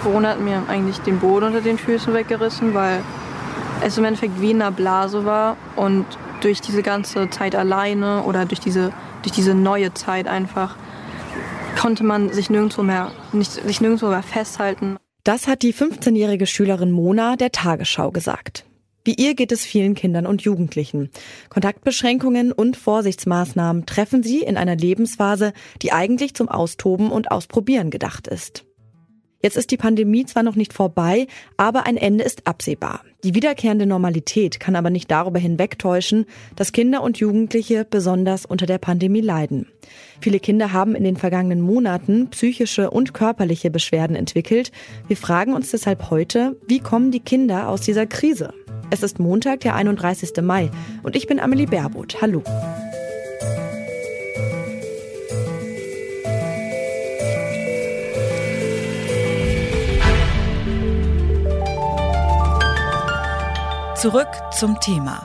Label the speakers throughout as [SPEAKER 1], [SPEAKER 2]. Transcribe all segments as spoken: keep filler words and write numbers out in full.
[SPEAKER 1] Corona hat mir eigentlich den Boden unter den Füßen weggerissen, weil es im Endeffekt wie in einer Blase war und durch diese ganze Zeit alleine oder durch diese, durch diese neue Zeit einfach konnte man sich nirgendwo mehr, nicht, sich nirgendwo mehr festhalten.
[SPEAKER 2] Das hat die fünfzehnjährige Schülerin Mona der Tagesschau gesagt. Wie ihr geht es vielen Kindern und Jugendlichen. Kontaktbeschränkungen und Vorsichtsmaßnahmen treffen sie in einer Lebensphase, die eigentlich zum Austoben und Ausprobieren gedacht ist. Jetzt ist die Pandemie zwar noch nicht vorbei, aber ein Ende ist absehbar. Die wiederkehrende Normalität kann aber nicht darüber hinwegtäuschen, dass Kinder und Jugendliche besonders unter der Pandemie leiden. Viele Kinder haben in den vergangenen Monaten psychische und körperliche Beschwerden entwickelt. Wir fragen uns deshalb heute, wie kommen die Kinder aus dieser Krise? Es ist Montag, der einunddreißigsten Mai und ich bin Amelie Baerboth. Hallo.
[SPEAKER 3] Zurück zum Thema.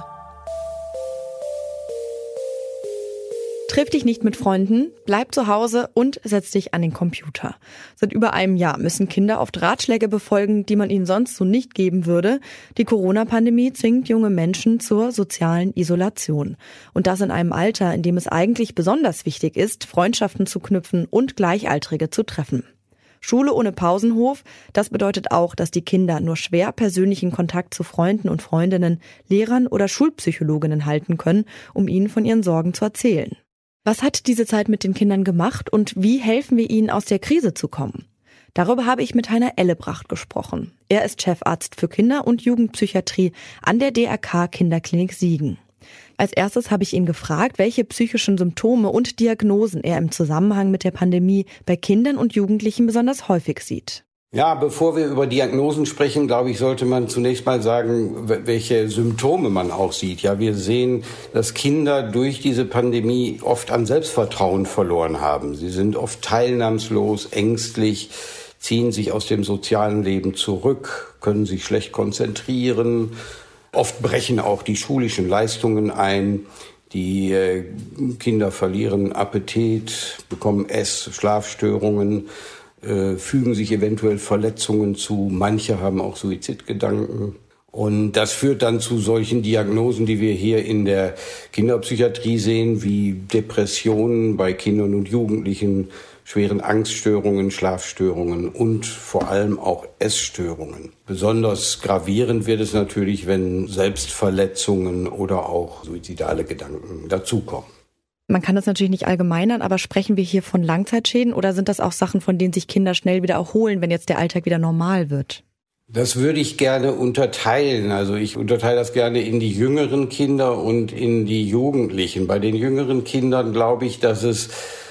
[SPEAKER 2] Triff dich nicht mit Freunden, bleib zu Hause und setz dich an den Computer. Seit über einem Jahr müssen Kinder oft Ratschläge befolgen, die man ihnen sonst so nicht geben würde. Die Corona-Pandemie zwingt junge Menschen zur sozialen Isolation. Und das in einem Alter, in dem es eigentlich besonders wichtig ist, Freundschaften zu knüpfen und Gleichaltrige zu treffen. Schule ohne Pausenhof, das bedeutet auch, dass die Kinder nur schwer persönlichen Kontakt zu Freunden und Freundinnen, Lehrern oder Schulpsychologinnen halten können, um ihnen von ihren Sorgen zu erzählen. Was hat diese Zeit mit den Kindern gemacht und wie helfen wir ihnen, aus der Krise zu kommen? Darüber habe ich mit Heiner Ellebracht gesprochen. Er ist Chefarzt für Kinder- und Jugendpsychiatrie an der D R K Kinderklinik Siegen. Als erstes habe ich ihn gefragt, welche psychischen Symptome und Diagnosen er im Zusammenhang mit der Pandemie bei Kindern und Jugendlichen besonders häufig sieht.
[SPEAKER 4] Ja, bevor wir über Diagnosen sprechen, glaube ich, sollte man zunächst mal sagen, welche Symptome man auch sieht. Ja, wir sehen, dass Kinder durch diese Pandemie oft an Selbstvertrauen verloren haben. Sie sind oft teilnahmslos, ängstlich, ziehen sich aus dem sozialen Leben zurück, können sich schlecht konzentrieren. Oft brechen auch die schulischen Leistungen ein. Die äh, Kinder verlieren Appetit, bekommen Ess-, Schlafstörungen, äh, fügen sich eventuell Verletzungen zu. Manche haben auch Suizidgedanken. Und das führt dann zu solchen Diagnosen, die wir hier in der Kinderpsychiatrie sehen, wie Depressionen bei Kindern und Jugendlichen, schweren Angststörungen, Schlafstörungen und vor allem auch Essstörungen. Besonders gravierend wird es natürlich, wenn Selbstverletzungen oder auch suizidale Gedanken dazukommen.
[SPEAKER 2] Man kann das natürlich nicht allgemeinern, aber sprechen wir hier von Langzeitschäden oder sind das auch Sachen, von denen sich Kinder schnell wieder erholen, wenn jetzt der Alltag wieder normal wird?
[SPEAKER 4] Das würde ich gerne unterteilen. Also ich unterteile das gerne in die jüngeren Kinder und in die Jugendlichen. Bei den jüngeren Kindern glaube ich, dass es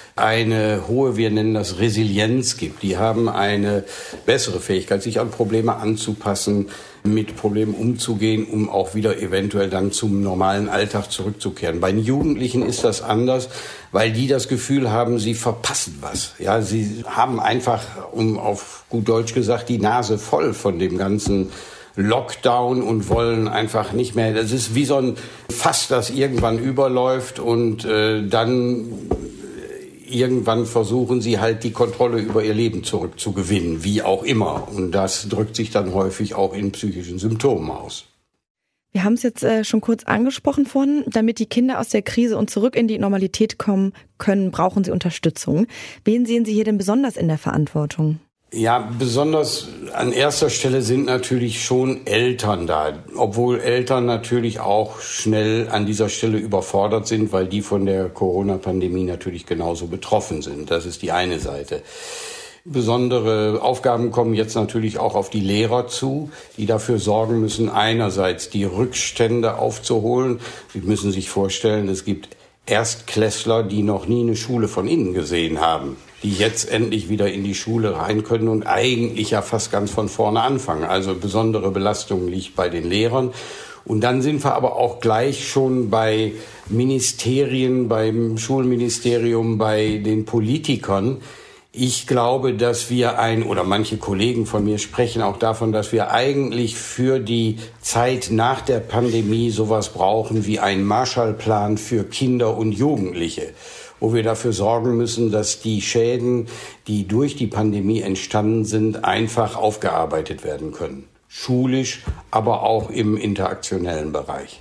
[SPEAKER 4] eine hohe, wir nennen das Resilienz gibt. Die haben eine bessere Fähigkeit, sich an Probleme anzupassen, mit Problemen umzugehen, um auch wieder eventuell dann zum normalen Alltag zurückzukehren. Bei den Jugendlichen ist das anders, weil die das Gefühl haben, sie verpassen was. Ja, sie haben einfach, um auf gut Deutsch gesagt, die Nase voll von dem ganzen Lockdown und wollen einfach nicht mehr. Das ist wie so ein Fass, das irgendwann überläuft und äh, dann irgendwann versuchen sie halt die Kontrolle über ihr Leben zurückzugewinnen, wie auch immer. Und das drückt sich dann häufig auch in psychischen Symptomen aus.
[SPEAKER 2] Wir haben es jetzt äh, schon kurz angesprochen vorhin. Damit die Kinder aus der Krise und zurück in die Normalität kommen können, brauchen sie Unterstützung. Wen sehen Sie hier denn besonders in der Verantwortung?
[SPEAKER 4] Ja, besonders an erster Stelle sind natürlich schon Eltern da, obwohl Eltern natürlich auch schnell an dieser Stelle überfordert sind, weil die von der Corona-Pandemie natürlich genauso betroffen sind. Das ist die eine Seite. Besondere Aufgaben kommen jetzt natürlich auch auf die Lehrer zu, die dafür sorgen müssen, einerseits die Rückstände aufzuholen. Sie müssen sich vorstellen, es gibt Erstklässler, die noch nie eine Schule von innen gesehen haben, die jetzt endlich wieder in die Schule rein können und eigentlich ja fast ganz von vorne anfangen. Also besondere Belastung liegt bei den Lehrern. Und dann sind wir aber auch gleich schon bei Ministerien, beim Schulministerium, bei den Politikern. Ich glaube, dass wir ein, oder manche Kollegen von mir sprechen auch davon, dass wir eigentlich für die Zeit nach der Pandemie sowas brauchen wie einen Marshallplan für Kinder und Jugendliche. wo wir dafür sorgen müssen, dass die Schäden, die durch die Pandemie entstanden sind, einfach aufgearbeitet werden können. Schulisch, aber auch im interaktionellen Bereich.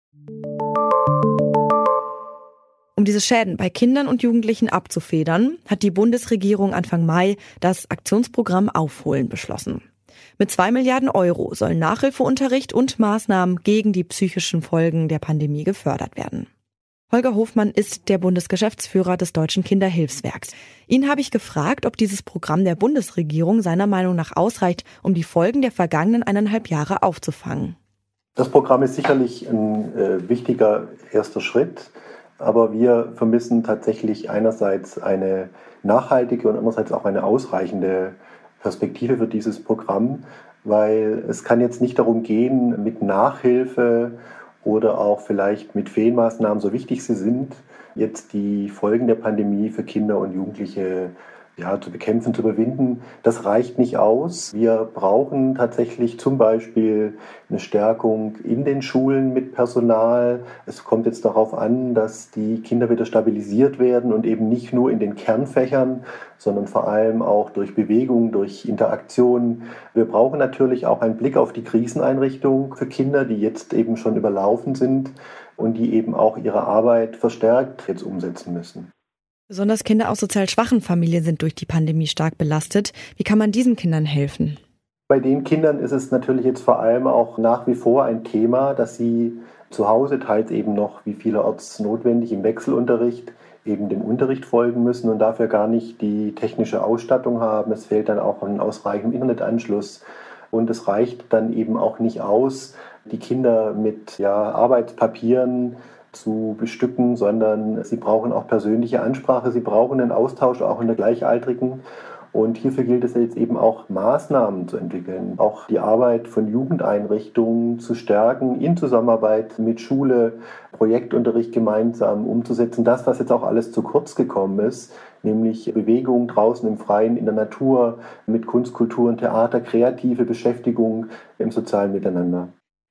[SPEAKER 2] Um diese Schäden bei Kindern und Jugendlichen abzufedern, hat die Bundesregierung Anfang Mai das Aktionsprogramm Aufholen beschlossen. Mit zwei Milliarden Euro sollen Nachhilfeunterricht und Maßnahmen gegen die psychischen Folgen der Pandemie gefördert werden. Holger Hofmann ist der Bundesgeschäftsführer des Deutschen Kinderhilfswerks. Ihn habe ich gefragt, ob dieses Programm der Bundesregierung seiner Meinung nach ausreicht, um die Folgen der vergangenen eineinhalb Jahre aufzufangen.
[SPEAKER 5] Das Programm ist sicherlich ein äh, wichtiger erster Schritt. Aber wir vermissen tatsächlich einerseits eine nachhaltige und andererseits auch eine ausreichende Perspektive für dieses Programm, weil es kann jetzt nicht darum gehen, mit Nachhilfe oder auch vielleicht mit Ferienmaßnahmen, so wichtig sie sind, jetzt die Folgen der Pandemie für Kinder und Jugendliche ja, zu bekämpfen, zu überwinden. Das reicht nicht aus. Wir brauchen tatsächlich zum Beispiel eine Stärkung in den Schulen mit Personal. Es kommt jetzt darauf an, dass die Kinder wieder stabilisiert werden und eben nicht nur in den Kernfächern, sondern vor allem auch durch Bewegung, durch Interaktion. Wir brauchen natürlich auch einen Blick auf die Kriseneinrichtung für Kinder, die jetzt eben schon überlaufen sind und die eben auch ihre Arbeit verstärkt jetzt umsetzen müssen.
[SPEAKER 2] Besonders Kinder aus sozial schwachen Familien sind durch die Pandemie stark belastet. Wie kann man diesen Kindern helfen?
[SPEAKER 5] Bei den Kindern ist es natürlich jetzt vor allem auch nach wie vor ein Thema, dass sie zu Hause teils eben noch, wie vielerorts notwendig, im Wechselunterricht eben dem Unterricht folgen müssen und dafür gar nicht die technische Ausstattung haben. Es fehlt dann auch ein ausreichender Internetanschluss und es reicht dann eben auch nicht aus, die Kinder mit ja, Arbeitspapieren zu bestücken, sondern sie brauchen auch persönliche Ansprache, sie brauchen einen Austausch auch in der Gleichaltrigen. Und hierfür gilt es jetzt eben auch, Maßnahmen zu entwickeln, auch die Arbeit von Jugendeinrichtungen zu stärken, in Zusammenarbeit mit Schule, Projektunterricht gemeinsam umzusetzen. Das, was jetzt auch alles zu kurz gekommen ist, nämlich Bewegung draußen im Freien, in der Natur, mit Kunst, Kultur und Theater, kreative Beschäftigung im sozialen Miteinander.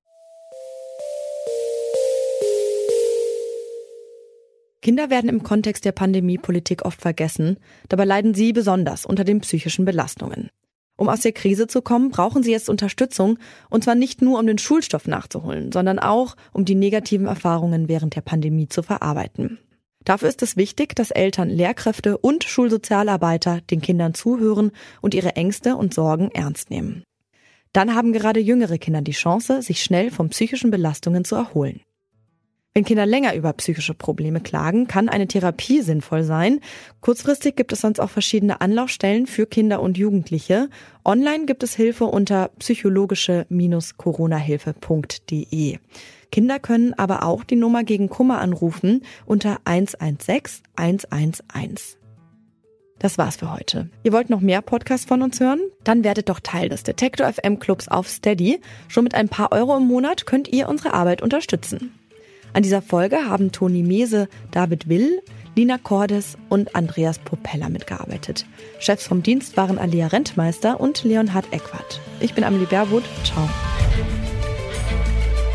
[SPEAKER 2] Kinder werden im Kontext der Pandemiepolitik oft vergessen. Dabei leiden sie besonders unter den psychischen Belastungen. Um aus der Krise zu kommen, brauchen sie jetzt Unterstützung. Und zwar nicht nur, um den Schulstoff nachzuholen, sondern auch, um die negativen Erfahrungen während der Pandemie zu verarbeiten. Dafür ist es wichtig, dass Eltern, Lehrkräfte und Schulsozialarbeiter den Kindern zuhören und ihre Ängste und Sorgen ernst nehmen. Dann haben gerade jüngere Kinder die Chance, sich schnell von psychischen Belastungen zu erholen. Wenn Kinder länger über psychische Probleme klagen, kann eine Therapie sinnvoll sein. Kurzfristig gibt es sonst auch verschiedene Anlaufstellen für Kinder und Jugendliche. Online gibt es Hilfe unter psychologische Bindestrich corona hilfe punkt de. Kinder können aber auch die Nummer gegen Kummer anrufen unter eins eins sechs eins eins eins. Das war's für heute. Ihr wollt noch mehr Podcasts von uns hören? Dann werdet doch Teil des Detektor F M Clubs auf Steady. Schon mit ein paar Euro im Monat könnt ihr unsere Arbeit unterstützen. An dieser Folge haben Toni Mese, David Will, Lina Cordes und Andreas Propeller mitgearbeitet. Chefs vom Dienst waren Alia Rentmeister und Leonhard Eckwart. Ich bin Amelie Baerwood. Ciao.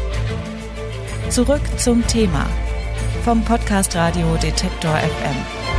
[SPEAKER 3] Zurück zum Thema vom Podcast Radio Detektor F M.